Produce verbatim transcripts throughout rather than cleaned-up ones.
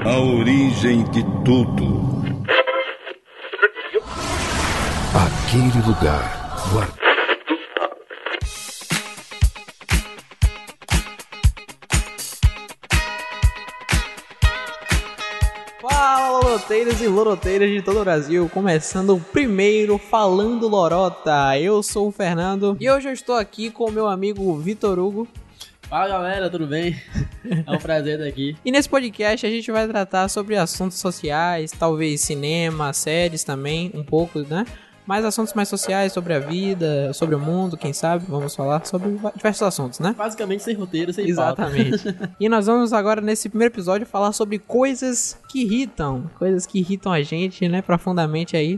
A origem de tudo. Aquele lugar guardado. Fala, loroteiros e loroteiras de todo o Brasil, começando o primeiro Falando Lorota. Eu sou o Fernando e hoje eu estou aqui com o meu amigo Vitor Hugo. Fala galera, tudo bem? É um prazer estar aqui. E nesse podcast a gente vai tratar sobre assuntos sociais, talvez cinema, séries também, um pouco, né? Mas assuntos mais sociais, sobre a vida, sobre o mundo, quem sabe, vamos falar sobre diversos assuntos, né? Basicamente sem roteiro, sem Exatamente. E nós vamos agora, nesse primeiro episódio, falar sobre coisas que irritam. Coisas que irritam a gente, né, profundamente aí.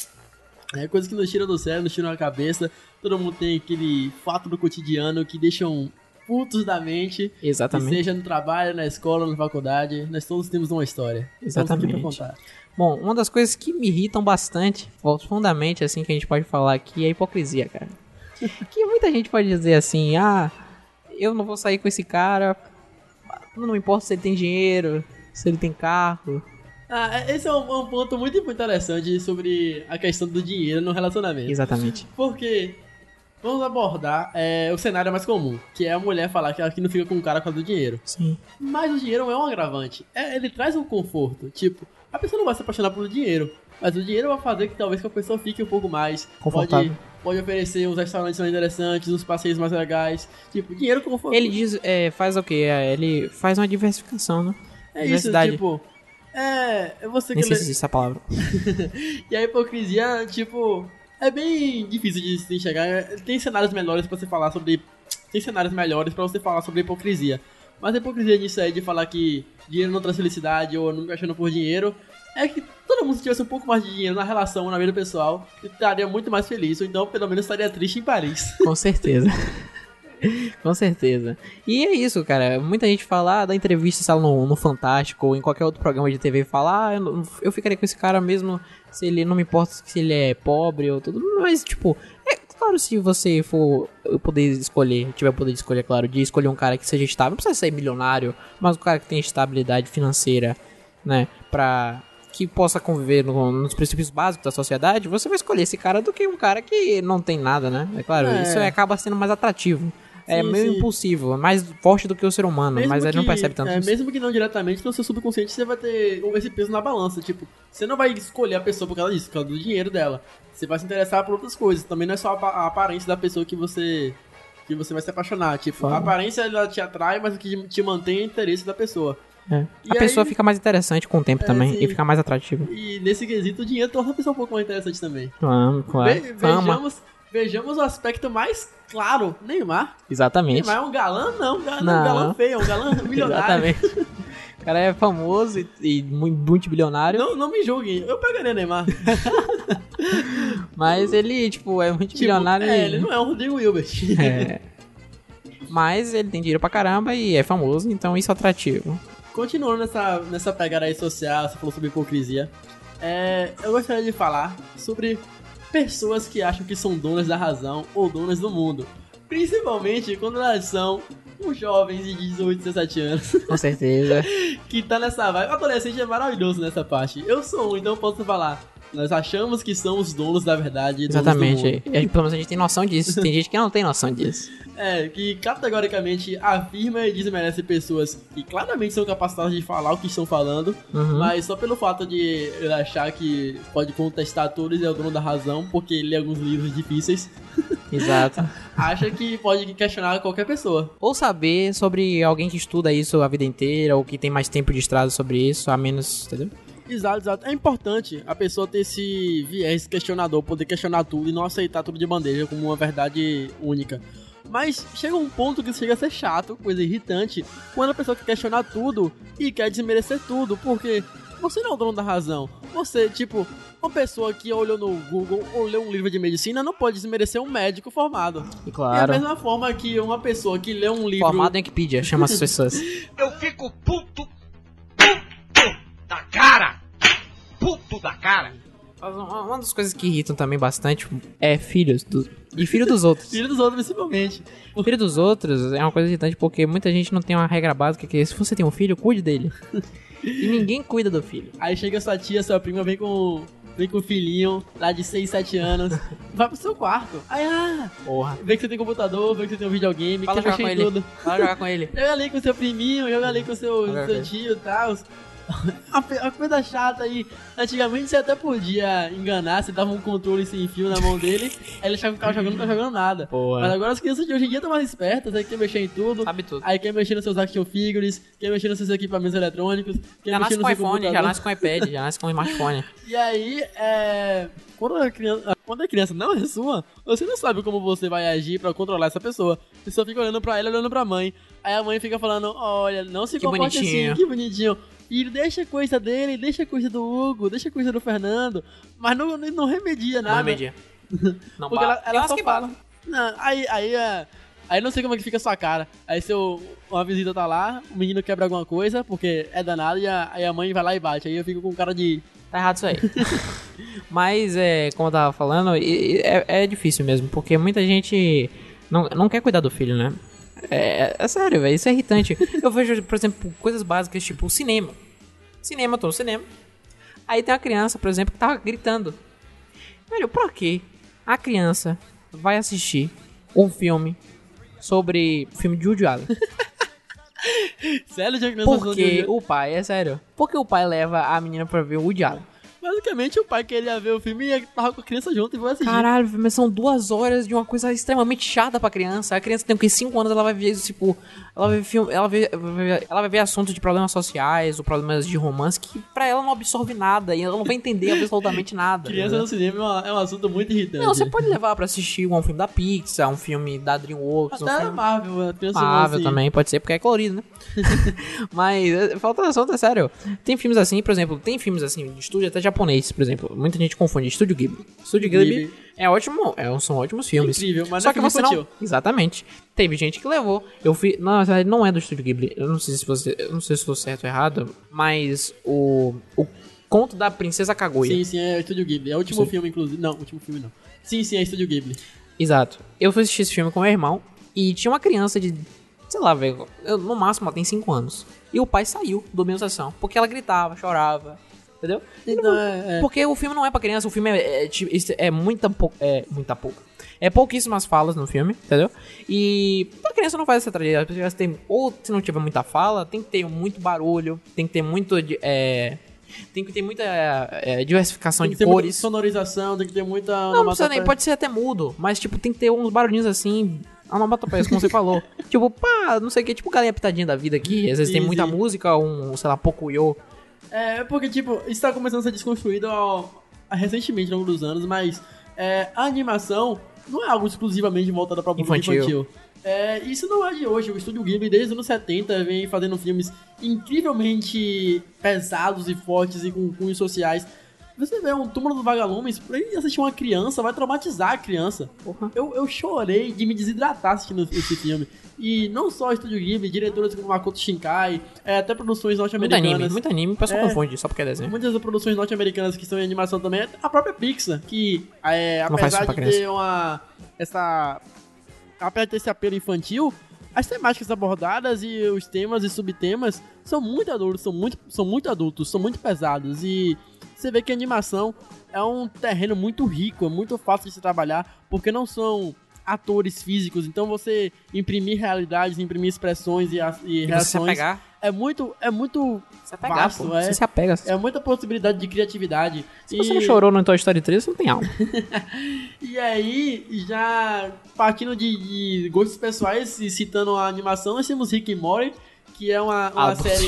É, coisas que nos tiram do cérebro, nos tiram da cabeça. Todo mundo tem aquele fato do cotidiano que deixam putos da mente. Exatamente. Que seja no trabalho, na escola, na faculdade. Nós todos temos uma história. Exatamente. Estamos aqui pra contar. Bom, uma das coisas que me irritam bastante, profundamente, assim, que a gente pode falar aqui, é a hipocrisia, cara. Que muita gente pode dizer assim, ah, eu não vou sair com esse cara, não importa se ele tem dinheiro, se ele tem carro. Ah, esse é um, um ponto muito interessante sobre a questão do dinheiro no relacionamento. Exatamente. Porque vamos abordar é, o cenário mais comum, que é a mulher falar que ela que não fica com o cara por causa do dinheiro. Sim. Mas o dinheiro não é um agravante, é, ele traz um conforto, tipo... A pessoa não vai se apaixonar pelo dinheiro, mas o dinheiro vai fazer que talvez que a pessoa fique um pouco mais confortável. Pode, pode oferecer uns restaurantes mais interessantes, uns passeios mais legais. Tipo, dinheiro confortável. Ele diz, é, faz o quê? Ele faz uma diversificação, né? É isso, tipo... É... é você Nem que sei se existe essa palavra. E a hipocrisia, tipo... É bem difícil de se enxergar. Tem cenários melhores pra você falar sobre... Tem cenários melhores pra você falar sobre hipocrisia. Mas a hipocrisia disso aí de falar que dinheiro não traz felicidade ou nunca achando por dinheiro é que todo mundo se tivesse um pouco mais de dinheiro na relação, na vida pessoal, estaria muito mais feliz, ou então pelo menos estaria triste em Paris. Com certeza. Com certeza. E é isso, cara. Muita gente fala ah, da entrevista, sei lá, no, no Fantástico ou em qualquer outro programa de T V e fala, ah, eu, eu ficaria com esse cara mesmo se ele, não me importa se ele é pobre ou tudo, mas tipo... É, claro, se você for poder escolher, tiver o poder de escolher, claro, de escolher um cara que seja estável, não precisa ser milionário, mas um cara que tenha estabilidade financeira, né, pra que possa conviver no, nos princípios básicos da sociedade, você vai escolher esse cara do que um cara que não tem nada, né? É claro, é. Isso acaba sendo mais atrativo. É sim, meio sim. impulsivo, é mais forte do que o ser humano, mesmo mas ele que, não percebe tanto é, isso. Mesmo que não diretamente, no seu subconsciente você vai ter esse peso na balança. Tipo, você não vai escolher a pessoa por causa disso, por causa do dinheiro dela. Você vai se interessar por outras coisas. Também não é só a aparência da pessoa que você, que você vai se apaixonar. Tipo, Fala. a aparência ela te atrai, mas o que te mantém é o interesse da pessoa. É. A aí, pessoa fica mais interessante com o tempo é, também, sim. e fica mais atrativa. E nesse quesito, o dinheiro torna a pessoa um pouco mais interessante também. Claro, claro. Ve vejamos, vejamos o aspecto mais claro, Neymar. Exatamente. Neymar é um galã? Não, um galã, não. Um galã feio, é um galã milionário. Exatamente. O cara é famoso e, e muito bilionário. Não, não me julguem, eu pegaria Neymar. Mas ele, tipo, é muito tipo, bilionário. É, e... ele não é um Rodrigo Hilbert. É. Mas ele tem dinheiro pra caramba e é famoso, então isso é atrativo. Continuando nessa, nessa pegada aí social, você falou sobre hipocrisia. É, eu gostaria de falar sobre pessoas que acham que são donas da razão ou donas do mundo. Principalmente quando elas são uns jovens de dezoito, dezessete anos. Com certeza. Que tá nessa vibe. O adolescente é maravilhoso nessa parte. Eu sou um, então eu posso falar. Nós achamos que somos donos da verdade. Exatamente. Donos do mundo. E pelo menos a gente tem noção disso. Tem gente que não tem noção disso. É, que categoricamente afirma e desmerece pessoas que claramente são capacitadas de falar o que estão falando, uhum. mas só pelo fato de ele achar que pode contestar tudo e é o dono da razão, porque lê alguns livros difíceis. Exato. Acha que pode questionar qualquer pessoa. Ou saber sobre alguém que estuda isso a vida inteira, ou que tem mais tempo de estrada sobre isso, a menos, entendeu? Exato, exato. É importante a pessoa ter esse viés questionador, poder questionar tudo e não aceitar tudo de bandeja como uma verdade única. Mas chega um ponto que chega a ser chato, coisa irritante, quando a pessoa quer questionar tudo e quer desmerecer tudo, porque você não é o dono da razão. Você, tipo, uma pessoa que olhou no Google ou leu um livro de medicina não pode desmerecer um médico formado. Claro. É a mesma forma que uma pessoa que lê um livro... Formado em Wikipedia, chama as pessoas. Eu fico puto, puto da cara! Puto da cara! Uma, uma das coisas que irritam também bastante é filhos do, e filho dos outros. Filho dos outros, principalmente. Filho dos outros é uma coisa irritante porque muita gente não tem uma regra básica que é, se você tem um filho, cuide dele. E ninguém cuida do filho. Aí chega sua tia, sua prima, vem com, vem com o filhinho lá de seis, sete anos, vai pro seu quarto. Aí, ah, Porra. vê que você tem computador, vê que você tem um videogame, Fala quer jogar mexer com em ele. tudo. Fala jogar com ele. Joga ali com seu priminho, joga ali com seu, Joga seu com tio e tal. A pe- a coisa chata aí, antigamente você até podia enganar, você dava um controle sem fio na mão dele, aí ele achava que ficava jogando, não tá jogando nada. Porra. Mas agora as crianças de hoje em dia estão mais espertas, aí quer mexer em tudo. Sabe tudo. Aí quer mexer nos seus action figures, quer mexer nos seus equipamentos eletrônicos, quer Já mexer nasce no com seu iPhone, computador. já nasce com iPad, já nasce com smartphone. E aí, é... Quando a, criança, quando a criança não é sua, você não sabe como você vai agir pra controlar essa pessoa. Você só fica olhando pra ela, olhando pra mãe. Aí a mãe fica falando, olha, não se Que comporte bonitinho. assim, que bonitinho. Filho, deixa a coisa dele, deixa a coisa do Hugo, deixa a coisa do Fernando. Mas não, não remedia nada. Não é media. Não Porque ela, bate. ela Tem umas só que fala. batem. Não, aí, aí, é, aí não sei como é que fica a sua cara. Aí seu, uma visita tá lá, o menino quebra alguma coisa, porque é danado, e a, aí a mãe vai lá e bate. Aí eu fico com cara de... Tá errado isso aí. Mas, é, como eu tava falando, e- e é, é difícil mesmo, porque muita gente não, não quer cuidar do filho, né? É, é sério, velho, isso é irritante. Eu vejo, por exemplo, coisas básicas, tipo cinema. Cinema, tô no cinema. Aí tem uma criança, por exemplo, que tava gritando. Velho, por quê? A criança vai assistir um filme sobre filme de Woody Allen. Sério, de criança Porque o pai, é sério. Porque o pai leva a menina pra ver o Woody Allen. Basicamente, o pai queria ver o filme e tava com a criança junto e foi assistir. Caralho, mas são duas horas de uma coisa extremamente chata pra criança. A criança tem o que? cinco anos, ela vai ver, tipo... Ela vai ver filme... Ela vai, ela vai ver assuntos de problemas sociais ou problemas de romance que pra ela não absorve nada. E ela não vai entender absolutamente nada. Criança no cinema é, uma- é um assunto muito irritante. Não, você pode levar pra assistir um filme da Pixar, um filme da DreamWorks, um Até a filme... Marvel, a criança Marvel assim. também, pode ser, porque é colorido, né? Mas, é, falta assunto, é sério. Tem filmes assim, por exemplo, tem filmes assim, de estúdio até japonês, por exemplo. Muita gente confunde. Estúdio Ghibli. Estúdio Ghibli, Ghibli. é ótimo, é, são ótimos filmes. incrível, mas Só não é que filme você não... infantil. Exatamente. Teve gente que levou. Eu fui... Não, na verdade, não é do Estúdio Ghibli. Eu não sei se você... Eu não sei se estou certo ou errado, mas o... O Conto da Princesa Kaguya. Sim, sim, é o Estúdio Ghibli. É o último Sim. filme, inclusive. Não, o último filme não. Sim, sim, é Estúdio Ghibli. Exato. Eu fui assistir esse filme com meu irmão e tinha uma criança de, sei lá, velho, eu- no máximo ela tem cinco anos. E o pai saiu do meio sessão, porque ela gritava, chorava, entendeu? Então, é, é. Porque o filme não é pra criança, o filme é, é, tipo, isso é muita pouca, é muita pouca. É pouquíssimas falas no filme, entendeu? E a criança não faz essa tragédia. A criança tem, ou se não tiver muita fala, tem que ter muito barulho, tem que ter muito, de- é, tem que ter muita é, diversificação Tem que de ter muita cores. sonorização, tem que ter muita... Não, não precisa nem, pode ser até mudo, mas tipo, tem que ter uns barulhinhos assim, onomatopeias, como você falou. Tipo, pá, não sei o que, tipo galinha pitadinha da vida aqui, às vezes tem Sim, muita sim. música, um, sei lá, Pocoyo. É, porque, tipo, isso tá começando a ser desconstruído ao- a- recentemente, ao longo dos anos, mas é, a animação não é algo exclusivamente voltado pra público Infantil. infantil. É, isso não é de hoje. O Estúdio Ghibli, desde os anos setenta, vem fazendo filmes incrivelmente pesados e fortes e com cunhos sociais. Você vê um Túmulo dos Vagalumes, pra ele assistir uma criança, vai traumatizar a criança. Porra. Eu, eu chorei de me desidratar assistindo esse filme. E não só o Estúdio Ghibli, diretores como Makoto Shinkai, é, até produções Muito norte-americanas. anime, muito anime, o pessoal É. confunde, só porque é desenho. Muitas das produções norte-americanas que estão em animação também, a própria Pixar, que é, Não faz apesar isso pra de criança. ter uma. essa. Apesar de ter esse apelo infantil, as temáticas abordadas e os temas e subtemas são muito adultos, são muito, são muito adultos, são muito pesados. E você vê que a animação é um terreno muito rico, é muito fácil de se trabalhar, porque não são atores físicos, então você imprimir realidades, imprimir expressões e, a- e E você se reações apegar, é muito, é muito se apegar, vasto, pô. é. Você se apega. é muita possibilidade de criatividade. Se e, você não chorou no Toy Story três, você não tem alma. e aí, já partindo de, de gostos pessoais e citando a animação, nós temos Rick and Morty, que é uma, uma Ah, série.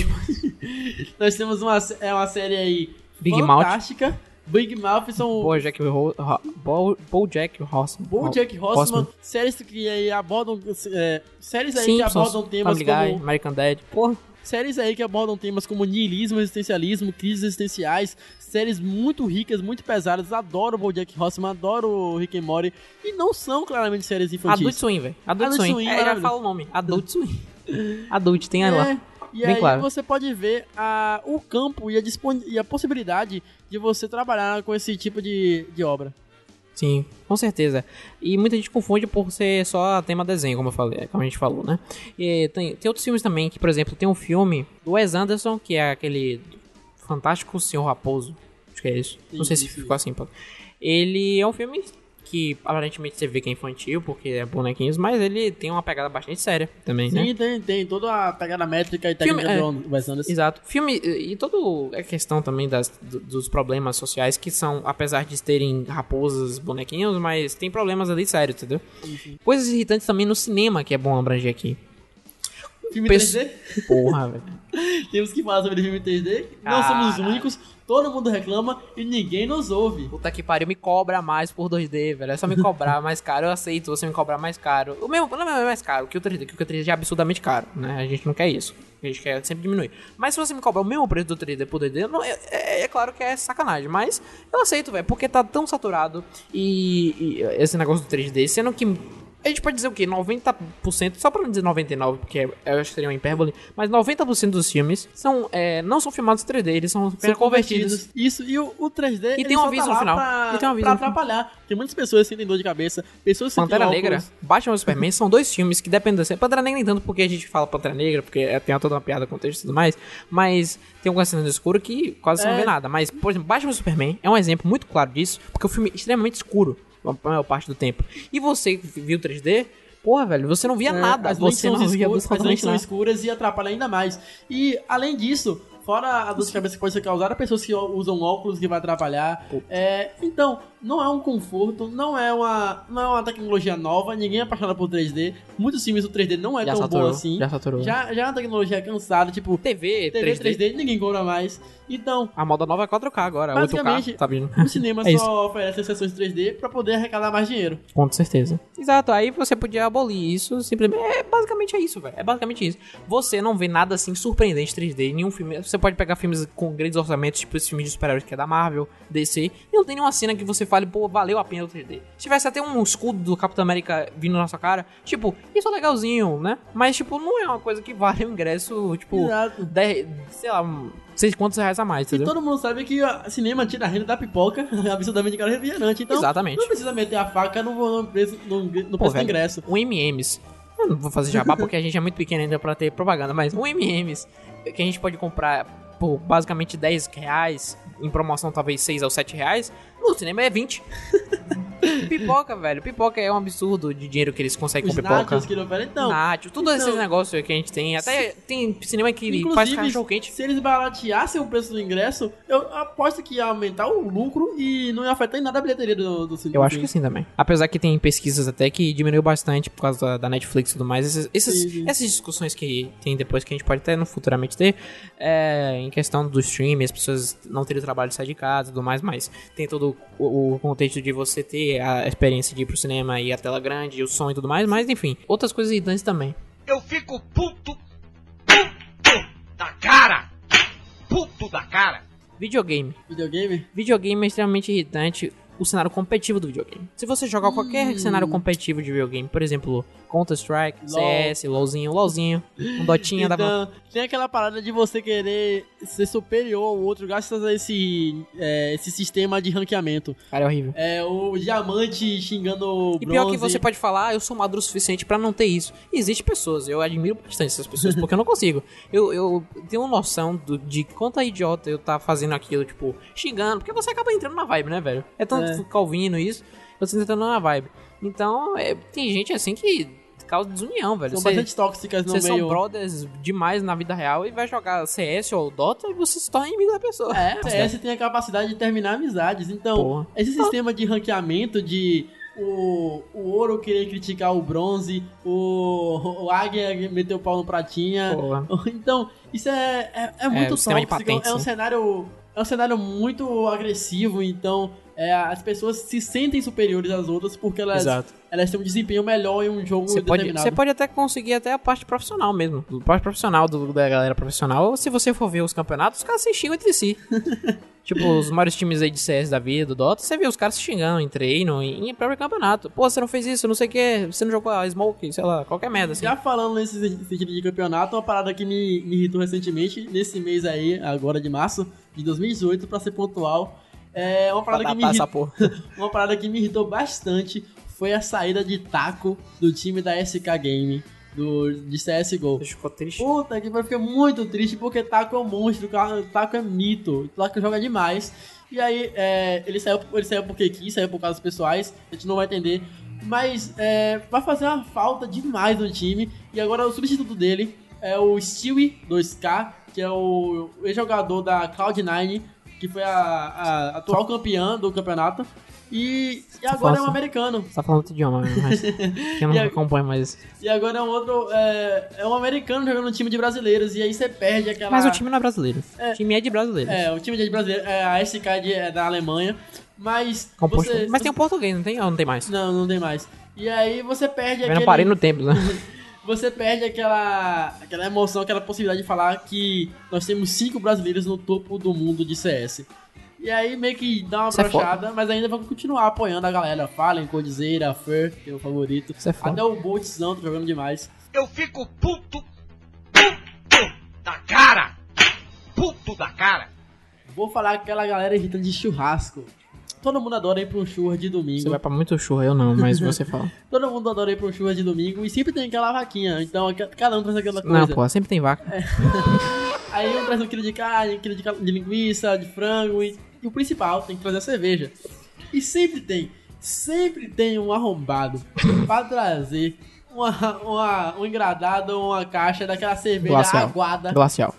Nós temos uma, é uma série aí Big Mouth. fantástica. Big Mouth são Bojack Ho- Ho- Bo- Bojack Horseman. BoJack Horseman, Horseman. séries que aí abordam é, séries aí que Simpsons, abordam temas Family Guy, como American Dad. Porra. séries aí que abordam temas como niilismo, existencialismo, crises existenciais, séries muito ricas, muito pesadas. Adoro o BoJack Horseman, adoro o Rick and Morty e não são claramente séries infantis. Adult Swim, velho. Adult, Adult Swim. Swim, É, já maravilhoso. fala o nome. Adult Swim. Adult, tem aí É, lá. E Bem aí claro. você pode ver a, o campo e a, dispon, e a possibilidade de você trabalhar com esse tipo de, de obra. Sim, com certeza. E muita gente confunde por ser só tema desenho, como eu falei, como a gente falou, né? E tem, tem outros filmes também, que, por exemplo, tem um filme do Wes Anderson, que é aquele Fantástico Senhor Raposo. Acho que é isso. Não sei se Isso, ficou assim, pô. Ele é um filme que aparentemente você vê que é infantil, porque é bonequinhos, mas ele tem uma pegada bastante séria também, né? Sim, tem, tem toda a pegada métrica e técnica Filme, é, do Wes Anderson. Exato. Filme e toda a questão também das, do- dos problemas sociais que são, apesar de terem raposas, bonequinhos, mas tem problemas ali sérios, entendeu? Coisas irritantes também no cinema, que é bom abranger aqui. Filme Pes- três D? Porra, velho. Temos que falar sobre filme três D. Não Caralho. somos os únicos, todo mundo reclama e ninguém nos ouve. Puta que pariu, me cobra mais por dois D, velho. É só me cobrar mais caro, eu aceito você me cobrar mais caro. O meu não é mais caro que o três D, que o três D é absurdamente caro, né? A gente não quer isso. A gente quer sempre diminuir. Mas se você me cobrar o mesmo preço do três D por dois D, não, é, é, é claro que é sacanagem. Mas eu aceito, velho, porque tá tão saturado e, e esse negócio do três D, sendo que a gente pode dizer o quê? noventa por cento, só pra não dizer noventa e nove por cento, porque eu acho que seria uma hipérbole, mas noventa por cento dos filmes são, é, não são filmados em três D, eles são, São convertidos. Isso, e o, o três D E ele tem um só aviso tá no lá final. Pra, E tem um aviso pra no final. atrapalhar. Tem muitas pessoas que sentem dor de cabeça, pessoas que sentem Pantera óculos. Negra, Batman e Superman são dois filmes que dependem da... Pantera Negra nem tanto porque a gente fala Pantera Negra, porque é- tem toda uma piada com texto e tudo mais, mas tem algumas cenas no escuro que quase você não É. vê nada. Mas, por exemplo, Batman e Superman é um exemplo muito claro disso, porque o filme é extremamente escuro a maior parte do tempo. E você viu três D... Porra, velho, você não via É, nada. As lentes Você são não via escuras, as lentes absolutamente são nada. escuras e atrapalha ainda mais. E, além disso, fora a dor de cabeça que pode ser causada, pessoas que usam óculos que vai atrapalhar. É, então, não é um conforto, não é uma, não é uma tecnologia nova, ninguém é apaixonado por três D. Muitos filmes do três D não é Já tão saturou, bom assim. já saturou. Já, já é uma tecnologia cansada, tipo, T V, T V três D. três D ninguém compra mais. Então, A moda nova é quatro K agora, oito K, basicamente, tá vindo? o cinema É isso. só oferece sessões três D pra poder arrecadar mais dinheiro. Com certeza. Exato, aí você podia abolir isso, simplesmente. É basicamente é isso, velho. É basicamente isso. Você não vê nada assim surpreendente três D em nenhum filme. Você pode pegar filmes com grandes orçamentos, tipo esse filme de super-heróis que é da Marvel, D C, e não tem nenhuma cena que você fale, pô, valeu a pena o três D. Se tivesse até um escudo do Capitão América vindo na sua cara, tipo, isso é legalzinho, né? Mas, tipo, não é uma coisa que vale o ingresso, tipo, Exato. dez, sei lá, um, sei quantos reais a mais, E entendeu? todo mundo sabe que o cinema tira a renda da pipoca, absurdamente caro e refrigerante. Então, Exatamente. não precisa meter a faca no, no preço, no, no preço Pô, do velho, ingresso. um M e M's. Eu não vou fazer jabá porque a gente é muito pequeno ainda pra ter propaganda, mas um M e M's que a gente pode comprar por basicamente dez reais, em promoção talvez seis ou sete reais, no cinema é vinte. Pipoca, velho. Pipoca é um absurdo de dinheiro que eles conseguem Os com pipoca. nachos que ele oferece, então. Nacho, tudo então, esses negócios que a gente tem. Até tem cinema que faz Inclusive, cachorro quente. se eles barateassem o preço do ingresso, eu aposto que ia aumentar o lucro e não ia afetar em nada a bilheteria do, do cinema. Eu acho que sim também. Apesar que tem pesquisas até que diminuiu bastante por causa da, da Netflix e tudo mais. Esses, esses- Sim, sim. Essas discussões que tem depois que a gente pode até no futuramente ter, é, em questão do streaming, as pessoas não terem o trabalho de sair de casa e tudo mais, mas tem todo o, o contexto de você ter a experiência de ir pro cinema e a tela grande, e o som e tudo mais, mas enfim, outras coisas irritantes também. Eu fico puto, puto da cara, puto da cara. Videogame. Videogame? Videogame é extremamente irritante o cenário competitivo do videogame. Se você jogar qualquer cenário competitivo de videogame, por exemplo, Counter-Strike, C S, LOLzinho, LOLzinho, um Dotinha da Então, tem aquela parada de você querer ser superior ao outro graças a esse, é, esse sistema de ranqueamento. Cara, é horrível. É o diamante xingando o E bronze. pior que você pode falar, ah, eu sou maduro o suficiente pra não ter isso. Existem pessoas, eu admiro bastante essas pessoas, porque eu não consigo. Eu, eu tenho uma noção do, de quanto é idiota eu tá fazendo aquilo, tipo, xingando, porque você acaba entrando na vibe, né, velho? É tanto É. ficar ouvindo isso, você tá entrando na vibe. Então, é, tem gente assim que causa desunião, velho. São Você- bastante tóxicas no Vocês meio. são brothers demais na vida real e vai jogar C S ou Dota e você se torna inimigo da pessoa. É, o C S tem a capacidade de terminar amizades. Então, Porra. esse sistema de ranqueamento de o, o ouro querer criticar o bronze, o, o águia meter o pau no pratinha. Porra. Então, isso é, é, é muito o sistema de tóxico. patentes, É um né? cenário. É um cenário muito agressivo, então é, as pessoas se sentem superiores às outras porque elas Exato. elas têm um desempenho melhor em um jogo Você pode, determinado. você pode até conseguir até a parte profissional mesmo. A parte profissional do, da galera profissional. Se você for ver os campeonatos, os caras se xingam entre si. Tipo, os maiores times aí de C S da vida, do Dota, você vê os caras se xingando em treino, em, em próprio campeonato. Pô, você não fez isso, não sei o que, você não jogou a Smoke, sei lá, qualquer merda assim. Já falando nesse sentido de campeonato, uma parada que me, me irritou recentemente, nesse mês aí, agora de março de dois mil e dezoito, pra ser pontual, é uma parada, Pra que me, datar irri- essa porra. uma parada que me irritou bastante foi a saída de Taco do time da S K Game, do, de C S G O. Ficou triste. Puta que pariu, eu fiquei muito triste porque Taco é um monstro, Taco é mito, Taco joga demais. E aí, é, ele, saiu, ele saiu porque quis, saiu por causas pessoais, a gente não vai entender. Mas é, vai fazer uma falta demais no time. E agora o substituto dele é o Stewie dois K, que é o ex-jogador da Cloud nine, que foi a, a atual campeã do campeonato. E, e agora é um assim. americano. Você tá falando outro idioma, mas que eu não E a- acompanho mais. E agora é um outro. É, é um americano jogando no time de brasileiros. E aí você perde aquela. Mas o time não é brasileiro. O time é de brasileiro. É, o time de brasileiro. É, a S K é, de- é da Alemanha. Mas. Composto. você- Mas tem um português, não tem? Ou não tem mais? Não, não tem mais. E aí você perde Eu aquele. não parei no tempo, né? Você perde aquela. aquela emoção, aquela possibilidade de falar que nós temos cinco brasileiros no topo do mundo de C S. E aí meio que dá uma Isso é brochada, mas ainda vamos continuar apoiando a galera. Fallen, Codizeira, Fer, que é o favorito. Isso é foda. Até o Boltzão tá jogando demais. Eu fico puto, puto da cara, puto da cara. Vou falar aquela galera irritante de churrasco. Todo mundo adora ir pra um churras de domingo. Você vai pra muito churra, eu não, mas você fala. Todo mundo adora ir pra um churras de domingo e sempre tem aquela vaquinha. Então cada um traz aquela coisa. Não, pô, sempre tem vaca. Aí um traz um quilo de carne, um quilo de, cal- de linguiça, de frango e, e o principal, tem que trazer a cerveja. E sempre tem, sempre tem um arrombado pra trazer uma, uma, um engradado ou uma caixa daquela cerveja Glacial. aguada. Glacial.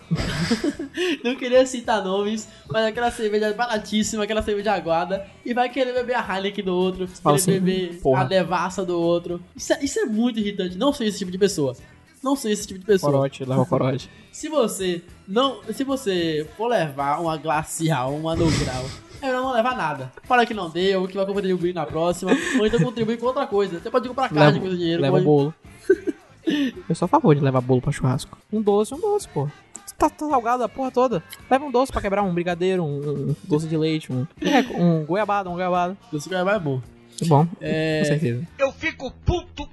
Não queria citar nomes, mas aquela cerveja baratíssima, aquela cerveja aguada, e vai querer beber a Heineken do outro, Fala querer assim, beber porra. a Devassa do outro. Isso é, isso é muito irritante, não sou esse tipo de pessoa. Não sou esse tipo de pessoa. Corote, leva o corote. Se você não, se você for levar uma glacial, uma no grau, é melhor não levar nada. Fala que não deu, que vai contribuir na próxima, ou então contribuir com outra coisa. Você pode comprar carne com esse dinheiro. leva pode... bolo. Eu sou a favor de levar bolo pra churrasco. Um doce, um doce, pô. Tá, tá salgado a porra toda. Leva um doce pra quebrar, um brigadeiro, um, um doce de leite, um, um goiabada, um goiabada. Esse cara é bom. É bom, É... com certeza. Eu fico puto,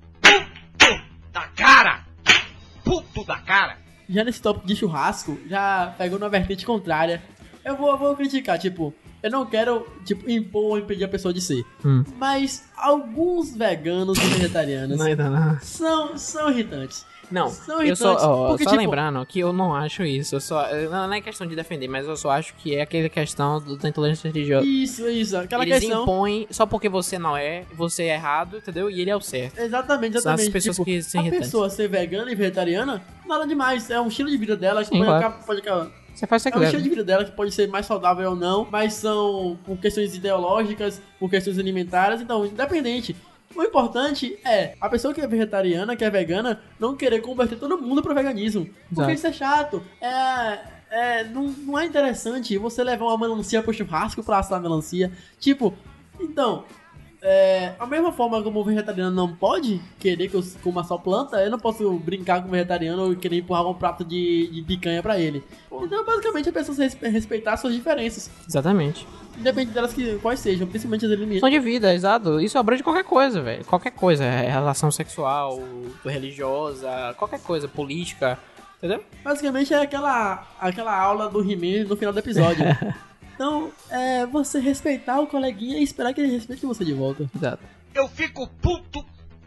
puto da cara, puto da cara. Já nesse tópico de churrasco, já pegou na vertente contrária. Eu vou, eu vou criticar, tipo, eu não quero, tipo, impor ou impedir a pessoa de ser. Hum. Mas alguns veganos e vegetarianos Não, ainda não. são, são irritantes. Não, São eu só, irritantes, ó, porque, só tipo- lembrando que eu não acho isso. Eu só, eu- não, não é questão de defender, mas eu só acho que é aquela questão do- da intolerância religiosa. Isso, isso, aquela Eles questão. impõem só porque você não é, você é errado, entendeu? E ele é o certo. Exatamente, São exatamente. as pessoas tipo, que são a irritantes. pessoa ser vegana e vegetariana, nada demais. É um estilo de vida dela que Sim, pode, claro. acabar- pode acabar- Você faz o que É você um estilo quiser. de vida dela que pode ser mais saudável ou não, mas são por questões ideológicas, por questões alimentares, então, independente. O importante é a pessoa que é vegetariana, que é vegana, não querer converter todo mundo pro veganismo. Porque Exato. isso é chato. É. É, não, não é interessante você levar uma melancia pro churrasco pra assar a melancia. Tipo, então, é, a mesma forma como o vegetariano não pode querer que eu coma só planta, eu não posso brincar com o vegetariano e querer empurrar um prato de, de picanha pra ele. Então, basicamente, a pessoa se respe- respeitar suas diferenças, Exatamente. independente delas que, quais sejam, principalmente as Questão de vida, exato. Isso abrange qualquer coisa, velho. Qualquer coisa. É relação sexual, religiosa, qualquer coisa, política. Entendeu? Basicamente é aquela, aquela aula do He-Man no final do episódio. Então, é você respeitar o coleguinha e esperar que ele respeite você de volta. Exato. Eu fico puto,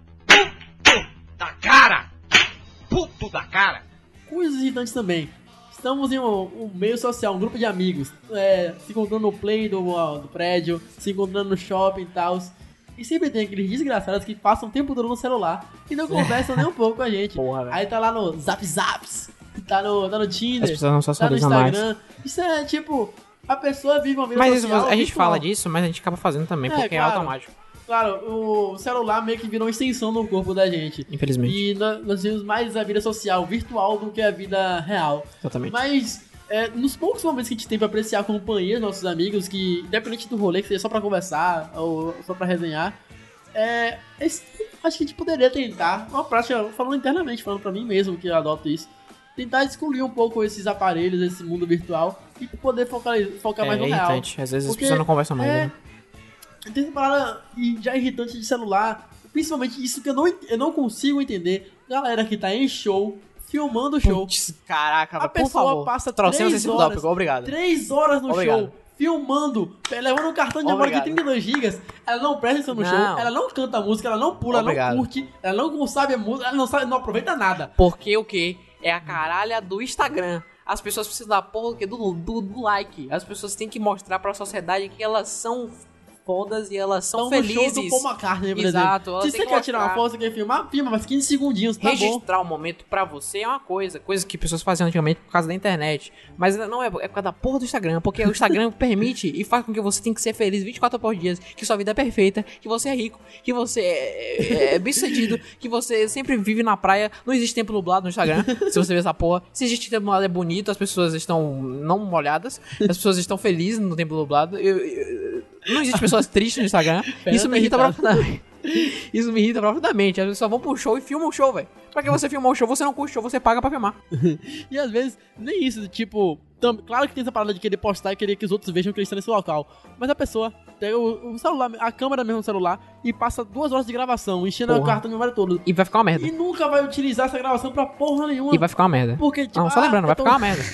puto da cara, puto da cara. Coisas irritantes também. Estamos em um, um meio social, um grupo de amigos, é, se encontrando no play do, ó, do prédio, se encontrando no shopping e tal. E sempre tem aqueles desgraçados que passam o tempo todo no celular e não conversam nem um pouco com a gente. Porra, velho. Aí tá lá no Zap Zaps, tá no, tá no Tinder, As pessoas não tá no socializam mais. Instagram. Isso é tipo, a pessoa vive uma vida Mas isso, social a gente virtual. fala disso, mas a gente acaba fazendo também, É, porque é claro. automático. Claro, o celular meio que virou uma extensão do corpo da gente. Infelizmente. E nós, nós vivemos mais a vida social, virtual, do que a vida real. Exatamente. Mas, é, nos poucos momentos que a gente tem pra apreciar a companhia dos nossos amigos, que independente do rolê, que seja só pra conversar ou só pra resenhar, É, esse, acho que a gente poderia tentar, uma prática, falando internamente, falando pra mim mesmo que eu adoto isso, tentar excluir um pouco esses aparelhos, esse mundo virtual e poder focar, focar É mais no real. irritante, às vezes as Porque pessoas não conversam mais, é, né? Tem essa parada e já irritante de celular, principalmente isso que eu não, eu não consigo entender. Galera que tá em show, filmando o show. Putz, caraca, A por pessoa favor. passa Trouxemos três esse horas, tópico, obrigado. três horas no Obrigado. show, filmando, levando um cartão de memória de Obrigado. trinta e dois gigas. Ela não presta atenção no Não. show, ela não canta a música, ela não pula, Obrigado. ela não curte, ela não sabe a música, ela não, sabe, não aproveita nada. Porque o quê? É a caralha do Instagram. As pessoas precisam da porra do quê? Do, do, do like. As pessoas têm que mostrar pra sociedade que elas são fodas e elas são Então, felizes. no show do Paul McCartney, por Exato, exemplo. ela Se tem você que quer tirar uma mostrar. foto, você quer filmar, filma, mas quinze segundinhos, tá bom. Registrar o momento pra você é uma coisa, coisa que pessoas faziam antigamente por causa da internet. Mas não é, é por causa da porra do Instagram, porque o Instagram permite e faz com que você tenha que ser feliz vinte e quatro horas por dia, que sua vida é perfeita, que você é rico, que você é, é, é bem-sucedido, que você sempre vive na praia. Não existe tempo nublado no Instagram, se você ver essa porra. Se existe tempo nublado é bonito, as pessoas estão não molhadas, as pessoas estão felizes no tempo nublado. Eu, eu, não existe pessoas tristes no Instagram. Isso me irrita profundamente. Isso me irrita profundamente. As pessoas só vão pro show e filmam o show, velho. Pra que você filmar o show? Você não curte o show, você paga pra filmar. E às vezes, nem isso, tipo, tam, claro que tem essa parada de querer postar e querer que os outros vejam que eles estão nesse local. Mas a pessoa pega o, o celular, a câmera mesmo do celular e passa duas horas de gravação, enchendo Porra. a carta de memória toda. E vai ficar uma merda. E nunca vai utilizar essa gravação pra porra nenhuma. E vai ficar uma merda. Porque, tipo, Não, só ah, lembrando, vai eu tô- ficar uma merda.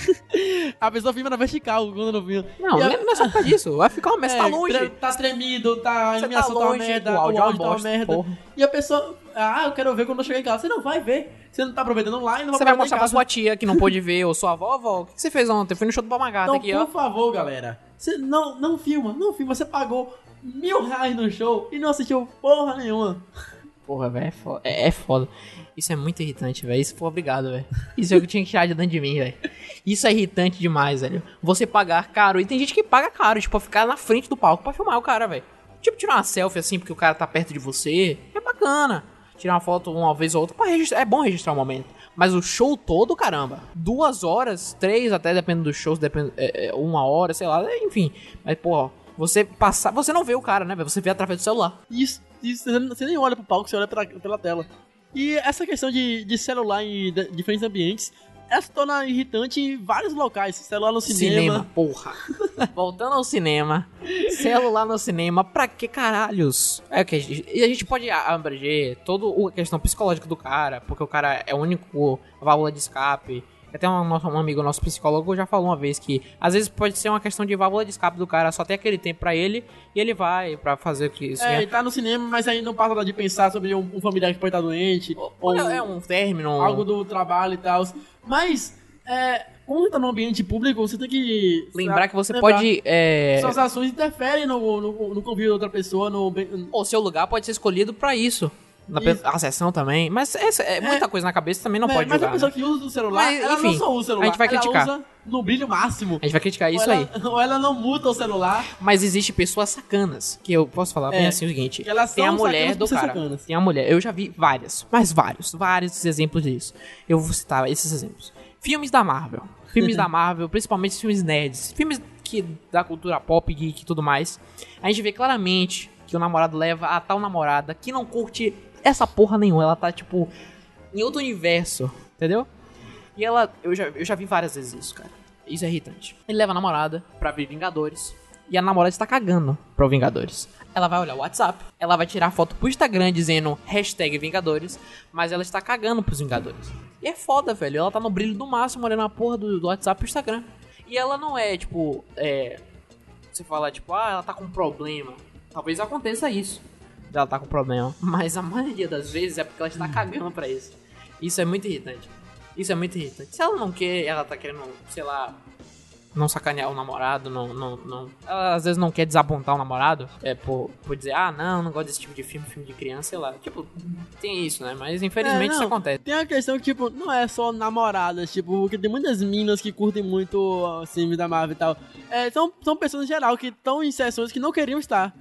A pessoa filma na vertical quando não filma. Não, E a- não é só por causa disso. Vai ficar uma merda. Você tá longe. tre- Tá tremido, tá, a Você tá iluminação tá uma longe, merda, o áudio é uma tá uma bosta, merda. porra. E a pessoa, ah, eu quero ver quando eu chegar em casa. Você não vai ver. Você não tá aproveitando lá e não Você vai aproveitar mostrar em pra casa. sua tia que não pôde ver, ou sua avó, avó, o que você fez ontem? Eu fui no show do Paul McCartney Então, aqui, por ó. favor, galera, você não, não filma, não filma. Você pagou mil reais no show e não assistiu porra nenhuma. Porra, velho, é foda. É, é foda. Isso é muito irritante, velho. Isso foi obrigado, velho. Isso é o que eu tinha que tirar de dentro de mim, velho. Isso é irritante demais, velho. Você pagar caro. E tem gente que paga caro, tipo, ficar na frente do palco pra filmar o cara, velho. Tipo, tirar uma selfie assim, porque o cara tá perto de você. É bacana. Tirar uma foto uma vez ou outra. Pra registrar, é bom registrar o momento. Mas o show todo, caramba. Duas horas, três até, dependendo dos shows, depende, é, é, uma hora, sei lá, enfim. Mas, porra, você passar. Você não vê o cara, né, velho? Você vê através do celular. Isso, isso você nem olha pro palco, você olha pela, pela tela. E essa questão de, de celular em de- diferentes ambientes, ela se torna irritante em vários locais. Celular no cinema. Cinema, porra. Voltando ao cinema. Celular no cinema, pra que caralhos? É que a gente, e a gente pode abranger toda a questão psicológica do cara, porque o cara é o único válvula de escape. Até um, nosso- um amigo nosso psicólogo já falou uma vez que às vezes pode ser uma questão de válvula de escape do cara, só tem aquele tempo pra ele e ele vai pra fazer o que isso É, ele tá no cinema, mas aí não passa de pensar sobre um, um familiar que pode estar doente, ou, Ou é um término. algo do trabalho e tal. Mas, é, quando tá num ambiente público, você tem que... Lembrar que você lembrar. pode. É, Suas ações interferem no, no, no convívio da outra pessoa, no... bem- o seu lugar pode ser escolhido pra isso. Na pe- Isso. a sessão também. Mas essa é, muita coisa na cabeça também não É, pode mas julgar. a pessoa né? que usa o celular, Mas, ela não enfim, só usa o celular, a gente vai ela criticar. usa no brilho máximo. A gente vai criticar isso ou aí. ela, ou ela não muta o celular. Mas existe pessoas sacanas. Que eu posso falar bem É, assim o seguinte: que elas tem a são mulher sacanas do por ser cara. sacanas. Tem a mulher. Eu já vi várias, mas vários, vários exemplos disso. Eu vou citar esses exemplos. Filmes da Marvel. Filmes da Marvel, principalmente filmes nerds. Filmes que, da cultura pop, geek e tudo mais. A gente vê claramente que o namorado leva a tal namorada que não curte essa porra nenhuma. Ela tá, tipo, em outro universo, entendeu? E ela, eu já, eu já vi várias vezes isso, cara. Isso é irritante. Ele leva a namorada pra ver Vingadores. E a namorada está cagando pro Vingadores. Ela vai olhar o WhatsApp. Ela vai tirar foto pro Instagram dizendo hashtag Vingadores. Mas ela está cagando pros Vingadores. E é foda, velho. Ela tá no brilho do máximo olhando a porra do, do WhatsApp pro Instagram. E ela não é, tipo, é... Você fala, tipo, ah, ela tá com problema. Talvez aconteça isso. Ela tá com problema. Mas a maioria das vezes é porque ela está cagando pra isso. Isso é muito irritante. Isso é muito irritante. Se ela não quer, ela tá querendo, sei lá, não sacanear o namorado, não, não, não. Ela às vezes não quer desapontar o namorado, é por, por dizer, ah, não, não gosto desse tipo de filme, filme de criança, sei lá. Tipo, tem isso, né? Mas infelizmente É, não, isso acontece. Tem a questão que, tipo, não é só namoradas, tipo, porque tem muitas minas que curtem muito assim, filme da Marvel e tal. É, são, são pessoas em geral que estão em sessões que não queriam estar.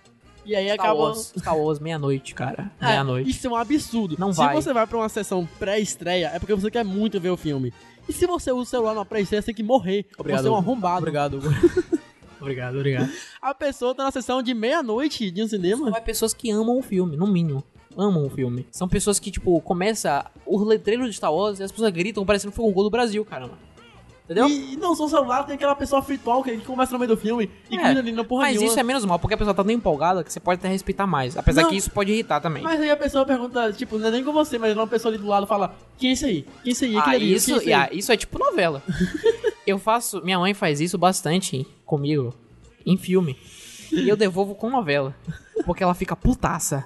E aí Star acabam. Wars, Star Wars, meia-noite, cara. É, Meia-noite. Isso é um absurdo. Não se vai. você vai pra uma sessão pré-estreia, é porque você quer muito ver o filme. E se você usa o celular na pré-estreia, você tem que morrer. Obrigado, Você é um Hugo. arrombado. Obrigado, Hugo. Obrigado, obrigado. A pessoa tá na sessão de meia-noite de um cinema. São pessoas que amam o filme, no mínimo. Amam o filme. São pessoas que, tipo, começa o letreiro de Star Wars e as pessoas gritam parecendo que foi um gol do Brasil, caramba. Entendeu? E não só o celular, tem aquela pessoa virtual que, que começa no meio do filme e É, grita ali na porra mas nenhuma. isso é menos mal, porque a pessoa tá tão empolgada que você pode até respeitar mais. Apesar Não. que isso pode irritar também. Mas aí a pessoa pergunta, tipo, não é nem com você, mas uma pessoa ali do lado fala, quem é esse aí? Quem é esse aí? Ah, Aquele ali? isso, Quem é esse aí? ah, isso é tipo novela. Eu faço... Minha mãe faz isso bastante comigo em filme. E eu devolvo com novela. Porque ela fica putaça.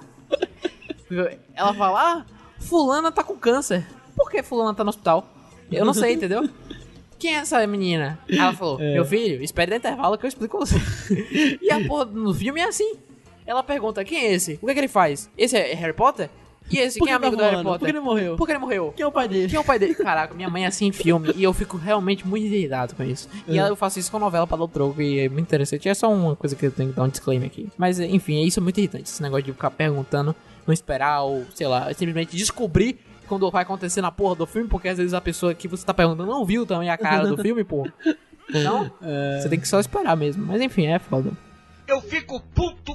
Ela fala, ah, fulana tá com câncer. Por que fulana tá no hospital? Eu não sei, entendeu? Quem é essa menina? Ela falou, meu filho, espere no intervalo que eu explico você. E a porra no filme é assim. Ela pergunta, quem é esse? O que é que ele faz? Esse é Harry Potter? E esse, Por quem é que tá amigo do Harry voando? Potter? Por que ele morreu? Por que ele morreu? Quem é o pai dele? Quem é o pai dele? Caraca, minha mãe é assim em filme e eu fico realmente muito irritado com isso. E É. eu faço isso com novela pra dar o troco e é muito interessante. É só uma coisa que eu tenho que dar um disclaimer aqui. Mas, enfim, isso é muito irritante. Esse negócio de ficar perguntando, não esperar ou, sei lá, simplesmente descobrir quando vai acontecer na porra do filme, porque às vezes a pessoa que você tá perguntando não viu também a cara do filme, pô. Então, você tem que só esperar mesmo. Mas, enfim, é foda. Eu fico puto,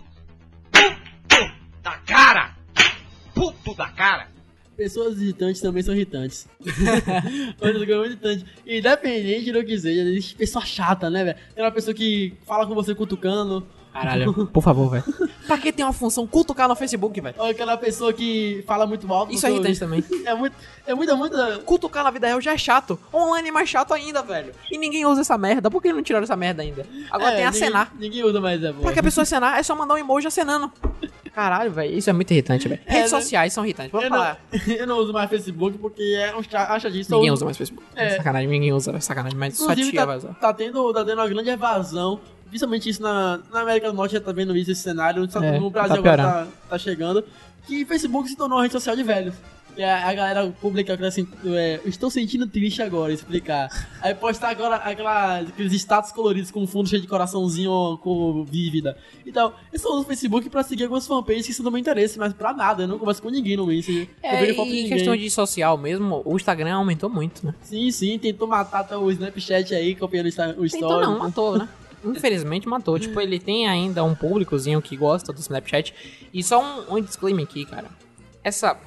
puto da cara. Puto da cara. Pessoas irritantes também são irritantes. Outras coisas muito irritantes. Independente do que seja, existe pessoa chata, né, velho? Tem uma pessoa que fala com você cutucando. Caralho, por favor, velho. Pra que tem uma função cutucar no Facebook, velho? Ou aquela pessoa que fala muito alto. Isso é no seu irritante ouvido. também. É muito, é muita, muita... Cutucar na vida real já é chato. Online é mais chato ainda, velho. E ninguém usa essa merda. Por que não tiraram essa merda ainda? Agora É, tem ninguém- acenar. Ninguém usa mais essa Pra porra. que a pessoa acenar? É só mandar um emoji acenando. Caralho, velho. Isso é muito irritante, velho. É, Redes né? sociais são irritantes. Vamos Eu não, falar. eu não uso mais Facebook porque é um cha- acha disso. Ninguém eu usa mais Facebook. É. Sacanagem, ninguém usa. Sacanagem, mas só Inclusive, tia tá, vai usar. tá, tendo, tá tendo uma grande evasão. Principalmente isso na, na América do Norte, já tá vendo isso, esse cenário. Só É, no Brasil tá agora piorando. tá, tá chegando. Que Facebook se tornou uma rede social de velhos. E a, a galera publica assim, é, estou sentindo triste agora, explicar. Aí postar agora aquela, aqueles status coloridos com fundo cheio de coraçãozinho com vívida. Então, eu só uso o Facebook pra seguir algumas fanpages que são do meu interesse, mas pra nada, eu não converso com ninguém no Messenger. Eu É, vejo foto de e em ninguém. questão de social mesmo, o Instagram aumentou muito, né? Sim, sim, tentou matar até o Snapchat aí, copiando o Insta- o Então story. não, matou, né? Infelizmente matou. Tipo, ele tem ainda um públicozinho que gosta do Snapchat. E só um, um disclaimer aqui, cara. Essa...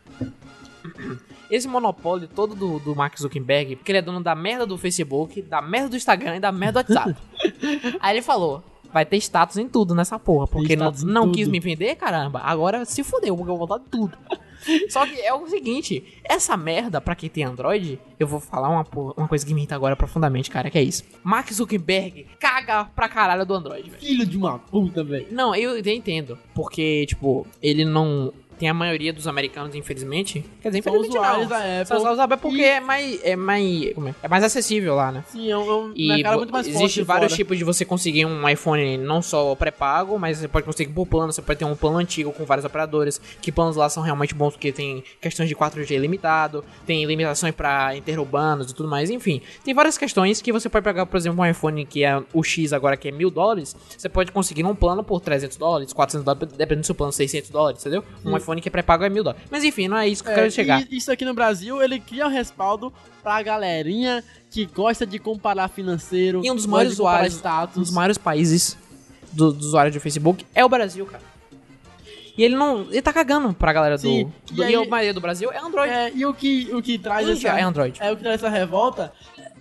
Esse monopólio todo do, do Mark Zuckerberg, porque ele é dono da merda do Facebook, da merda do Instagram e da merda do WhatsApp. Aí ele falou, vai ter status em tudo nessa porra, porque não, status em não tudo. quis me vender, caramba. Agora se fudeu, porque eu vou botar tudo. Só que é o seguinte, essa merda, pra quem tem Android, eu vou falar uma, porra- uma coisa que me irrita agora profundamente, cara, que é isso. Mark Zuckerberg caga pra caralho do Android, velho. Filho de uma puta, velho. Não, eu eu entendo, porque, tipo, ele não... Tem a maioria dos americanos, infelizmente. Quer dizer, São infelizmente usuários não. da Apple. São usuários da Apple porque E- é mais... É mais, como é? É mais acessível lá, né? Sim, é um, é um E mercado vo- muito mais forte existe de vários fora. tipos de você conseguir um iPhone não só pré-pago, mas você pode conseguir por plano, você pode ter um plano antigo com várias operadoras, que planos lá são realmente bons porque tem questões de quatro G limitado, tem limitações pra interurbanos e tudo mais, enfim. Tem várias questões que você pode pegar, por exemplo, um iPhone que é o X agora que é mil dólares, você pode conseguir num plano por trezentos dólares, quatrocentos dólares, dependendo do seu plano, seiscentos dólares, entendeu? Um iPhone que é pré-pago é mil dólares. Mas enfim, não é isso que eu É, quero chegar. E isso aqui no Brasil, ele cria um respaldo pra galerinha que gosta de comparar financeiro, E um dos gosta maiores de comparar usuários, status. um dos maiores países do, dos usuários do Facebook é o Brasil, cara. E ele não. Ele tá cagando pra galera do. Sim, do e aí- e a maioria do Brasil é Android. É, e o que, o que traz Índia essa... é Android. É o que traz essa revolta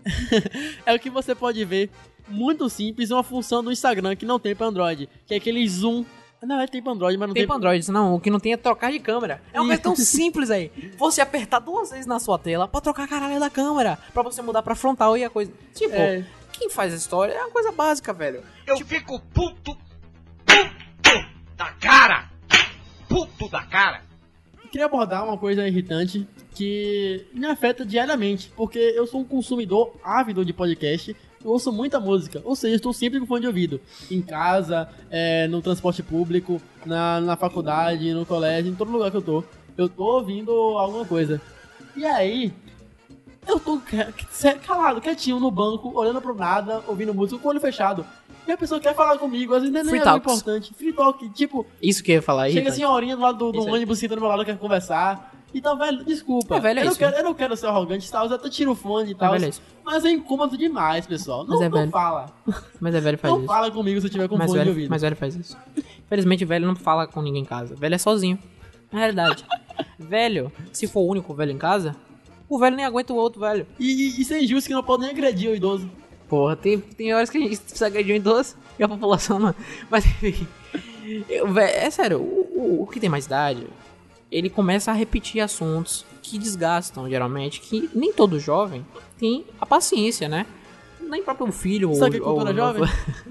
é o que você pode ver, muito simples, uma função do Instagram que não tem pra Android, que é aquele zoom. Não, é tem pra Android, mas não Tem tem, pra Android, não, o que não tem é trocar de câmera. É uma coisa tão simples aí. Você apertar duas vezes na sua tela pra trocar a caralho da câmera. Pra você mudar pra frontal e a coisa. Tipo, É. quem faz a história é uma coisa básica, velho. Eu fico puto, puto da cara. Puto da cara. Eu queria abordar uma coisa irritante que me afeta diariamente, porque eu sou um consumidor ávido de podcast, eu ouço muita música, ou seja, estou sempre com fone de ouvido, em casa, é, no transporte público, na, na faculdade, no colégio, em todo lugar que eu tô, eu tô ouvindo alguma coisa. E aí, eu tô ca- calado, quietinho no banco, olhando pro nada, ouvindo música com o olho fechado. E a pessoa quer falar comigo, às vezes nem Free é algo talks. importante. Free talk, tipo, Isso que eu ia falar aí. chega assim, a horinha do lado do, do Isso aí. ônibus, senta do meu lado, quer conversar. Então, velho, desculpa. É, velho, é eu, não isso, quero, né? eu não quero ser arrogante e tal, eu até tiro o fone e tal. velho, é isso. Mas é incômodo demais, pessoal. Não, Mas é não velho. fala. Mas é velho faz Não isso. fala comigo se eu tiver com Mas fone de velho, ouvido. mas velho faz isso. Infelizmente, velho não fala com ninguém em casa. Velho é sozinho. Na realidade. Velho, se for o único velho em casa, o velho nem aguenta o outro velho. E, e, e ser injusto que não pode nem agredir o idoso. Porra, tem, tem horas que a gente precisa agredir um idoso e a população não. Mas enfim. Eu, véio, é sério, o, o, o que tem mais idade, ele começa a repetir assuntos que desgastam, geralmente, que nem todo jovem tem a paciência, né? Nem próprio filho Sabe ou, que cultura ou, jovem?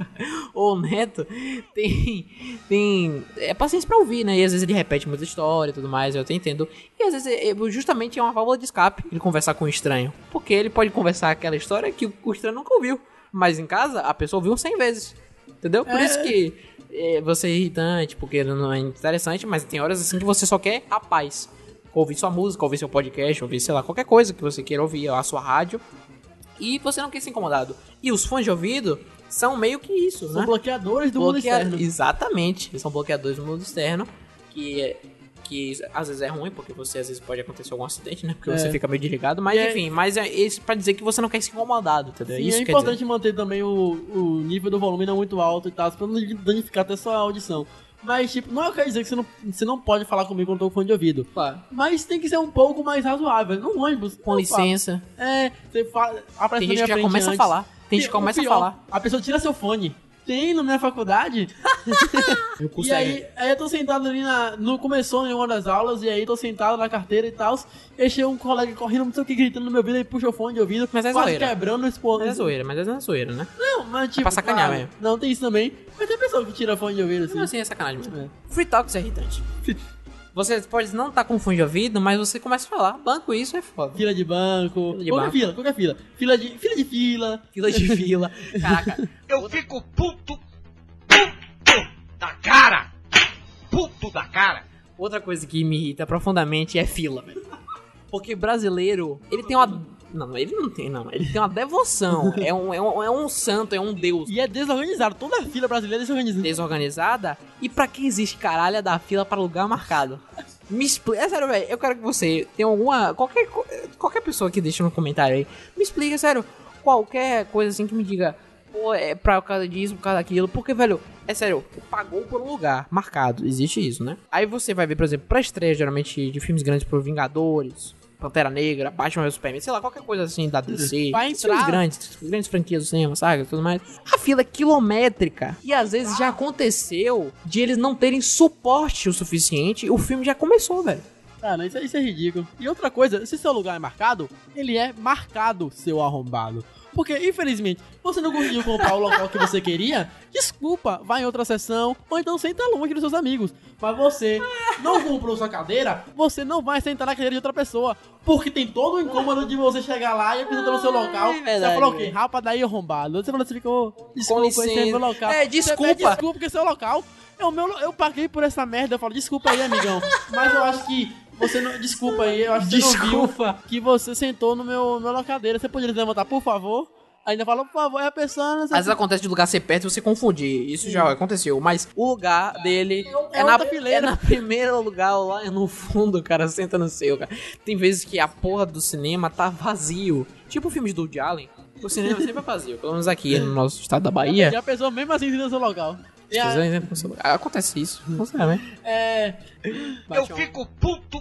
ou neto tem, tem é, paciência pra ouvir, né? E às vezes ele repete muita história e tudo mais, eu até entendo. E às vezes é, justamente é uma válvula de escape ele conversar com um estranho. Porque ele pode conversar aquela história que o estranho nunca ouviu. Mas em casa, a pessoa ouviu cem vezes. Entendeu? Por É. isso que é, você é irritante, porque não é interessante, mas tem horas assim que você só quer a paz. Ouvir sua música, ouvir seu podcast, ouvir, sei lá, qualquer coisa que você queira ouvir, a sua rádio. E você não quer ser incomodado. E os fones de ouvido são meio que isso, São né? bloqueadores do mundo Bloquea- externo. Exatamente. Eles são bloqueadores do mundo externo. Que, é- que às vezes é ruim, porque você às vezes pode acontecer algum acidente, né? Porque É. você fica meio desligado. Mas E é- enfim, mas é isso pra dizer que você não quer ser incomodado, entendeu? Sim, isso é quer importante dizer. manter também o, o nível do volume não muito alto e tal, pra não danificar até sua audição. Mas, tipo, não quer dizer que você não, você não pode falar comigo quando eu tô com fone de ouvido. Claro. Mas tem que ser um pouco mais razoável. No ônibus. Com não licença. fala. É, você fala. Aparece Tem na gente que minha já frente começa a antes. falar. Tem gente que o começa a pior, falar. A pessoa tira seu fone. Tem na minha faculdade. Eu E aí, aí eu tô sentado ali na. Não começou em uma das aulas, e aí tô sentado na carteira e tal. E aí chega um colega correndo, não sei o que, gritando no meu ouvido, e puxa o fone de ouvido, Mas é quase zoeira. quebrando esse ponto. Mas é zoeira, mas é zoeira, né? Não, mas tipo. pra sacanear claro, mesmo. Não, tem isso também. Mas tem pessoa que tira fone de ouvido assim. Não, assim é sacanagem mesmo. É. Free Talks é irritante. Você pode não estar com fone de ouvido, mas você começa a falar. Banco, isso é foda. Fila de banco. Fila de qualquer banco. fila, qualquer fila. Fila de, fila de fila. Fila de fila. Caraca. Eu fico puto, puto da cara. Puto da cara. Outra coisa que me irrita profundamente é fila, velho. Porque brasileiro, ele tem uma... Não, ele não tem, não. Ele tem uma devoção. É um, é um, é um santo, é um deus. E é desorganizado. Toda a fila brasileira é desorganizada. Desorganizada. E pra que existe caralho da fila para lugar marcado? Me explica. É sério, velho. Eu quero que você tenha alguma... Qualquer, qualquer pessoa que deixe no comentário aí. Me explica, sério. Qualquer coisa assim que me diga... Pô, é pra causa disso, por causa daquilo. Porque, velho, é sério. Pagou por um lugar marcado. Existe isso, né? Aí você vai ver, por exemplo, pra estreia, geralmente, de filmes grandes por Vingadores... Pantera Negra, Batman vs Superman, sei lá, qualquer coisa assim da D C. Vai filmes entrar- grandes, grandes franquias do cinema, sabe? Tudo mais. A fila é quilométrica. E às vezes já aconteceu de eles não terem suporte o suficiente e o filme já começou, velho. Cara, isso, é- isso é ridículo. E outra coisa, se seu lugar é marcado, ele é marcado, seu arrombado. Porque, infelizmente, você não conseguiu comprar o local que você queria, desculpa, vai em outra sessão, ou então senta longe dos seus amigos. Mas você não comprou sua cadeira, você não vai sentar na cadeira de outra pessoa. Porque tem todo o incômodo de você chegar lá e a pessoa tá no seu local. é verdade, você falou o quê? velho. Rapa daí arrombado. Você falou assim, ficou, desculpa, esse é licença. meu local. É, Você desculpa. pede desculpa porque esse é o local. É o meu, eu paguei por essa merda, eu falo, desculpa aí, amigão. Mas eu acho que você não. Desculpa aí, eu acho que você não Desculpa. viu que você sentou no meu, meu locadeira. Você poderia levantar, por favor? Ainda falou, por favor, é a pessoa. Não sei Às vezes acontece de lugar ser perto e você confundir. Isso já aconteceu. Mas o lugar dele É é, na, outra fileira. é na primeira lugar lá no fundo, cara. Senta no seu, cara. Tem vezes que a porra do cinema tá vazio. Tipo filmes do Woody Allen. O cinema sempre é vazio. Pelo menos aqui no nosso estado da Bahia. E a pessoa mesmo assim senta no seu local. E a- Vocês exemplo, no seu lugar. Acontece isso. Não sei, né? é. Eu fico puto,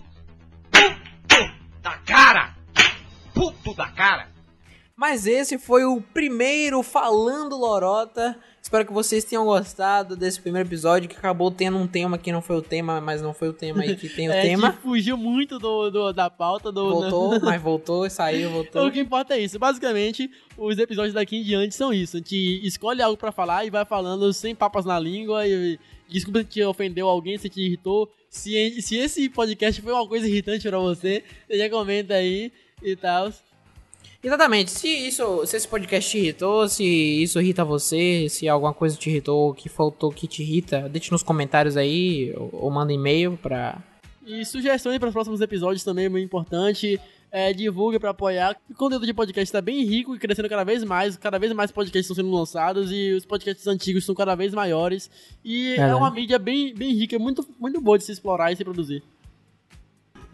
puto da cara. Puto da cara. Mas esse foi o primeiro Falando Lorota. Espero que vocês tenham gostado desse primeiro episódio, que acabou tendo um tema que não foi o tema, mas não foi o tema aí que tem o é, tema. que fugiu muito do, do- da pauta do. Voltou, mas voltou, saiu, voltou. O que importa é isso. Basicamente, os episódios daqui em diante são isso. A gente escolhe algo pra falar e vai falando sem papas na língua. E desculpa se te ofendeu alguém, se te irritou. Se, se esse podcast foi uma coisa irritante pra você, você já comenta aí e tal. Exatamente, se isso, se esse podcast te irritou, se isso irrita você, se alguma coisa te irritou, que faltou que te irrita, deixe nos comentários aí, ou, ou manda e-mail pra... E sugestões para os próximos episódios também é muito importante. É, divulgue para apoiar. O conteúdo de podcast está bem rico e crescendo cada vez mais. Cada vez mais podcasts estão sendo lançados e os podcasts antigos estão cada vez maiores. E é, É, uma né? mídia bem, bem rica, muito, muito boa de se explorar e se produzir.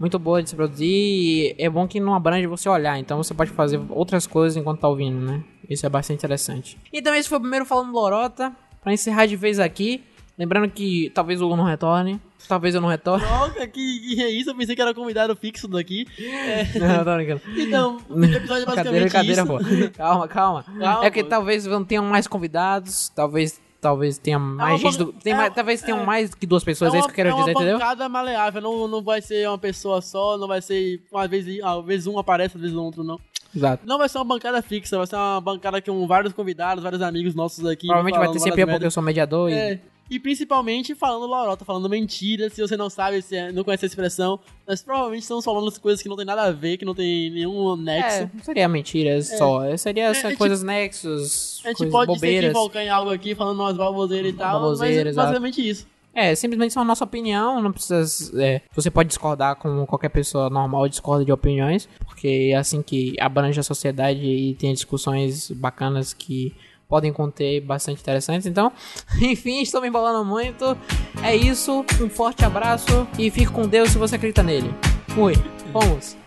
muito boa de se produzir e é bom que não abrange você olhar, então você pode fazer outras coisas enquanto tá ouvindo, né? Isso é bastante interessante. Então esse foi o primeiro Falando Lorota, pra encerrar de vez aqui, lembrando que talvez o Hugo não retorne, talvez eu não retorne. Nossa, que, que é isso? Eu pensei que era convidado fixo daqui. É... Não, tô brincando. Então, o episódio é basicamente brincadeira, isso. brincadeira, pô. Calma, calma. Calma, é porque pô. talvez não tenham mais convidados, talvez... Talvez tenha mais uma gente ban- do, tem é- mais, Talvez tenham é- mais que duas pessoas, é, isso que eu quero é dizer, uma entendeu? bancada maleável, não, não vai ser uma pessoa só, não vai ser uma vez, às vezes um aparece, às vezes outro não. Exato. Não vai ser uma bancada fixa, vai ser uma bancada com vários convidados, vários amigos nossos aqui. Provavelmente vai ter falando sempre eu várias porque eu sou mediador e... É, e principalmente falando lorota, falando mentira. Se você não sabe, se não conhece a expressão, nós provavelmente estamos falando as coisas que não tem nada a ver, que não tem nenhum nexo. É, não seria mentira só. Seria essa a gente- coisas nexos, A gente coisas pode se bobeiras. equivocar em algo aqui, falando umas baboseiras e tal, Baboseira, mas é exato. basicamente isso. É, simplesmente só a nossa opinião, não precisa... É, você pode discordar como qualquer pessoa normal discorda de opiniões, porque é assim que abrange a sociedade e tem discussões bacanas que podem conter bastante interessantes. Então, enfim, estou me embolando muito. É isso, um forte abraço e fique com Deus se você acredita nele. Fui, fomos.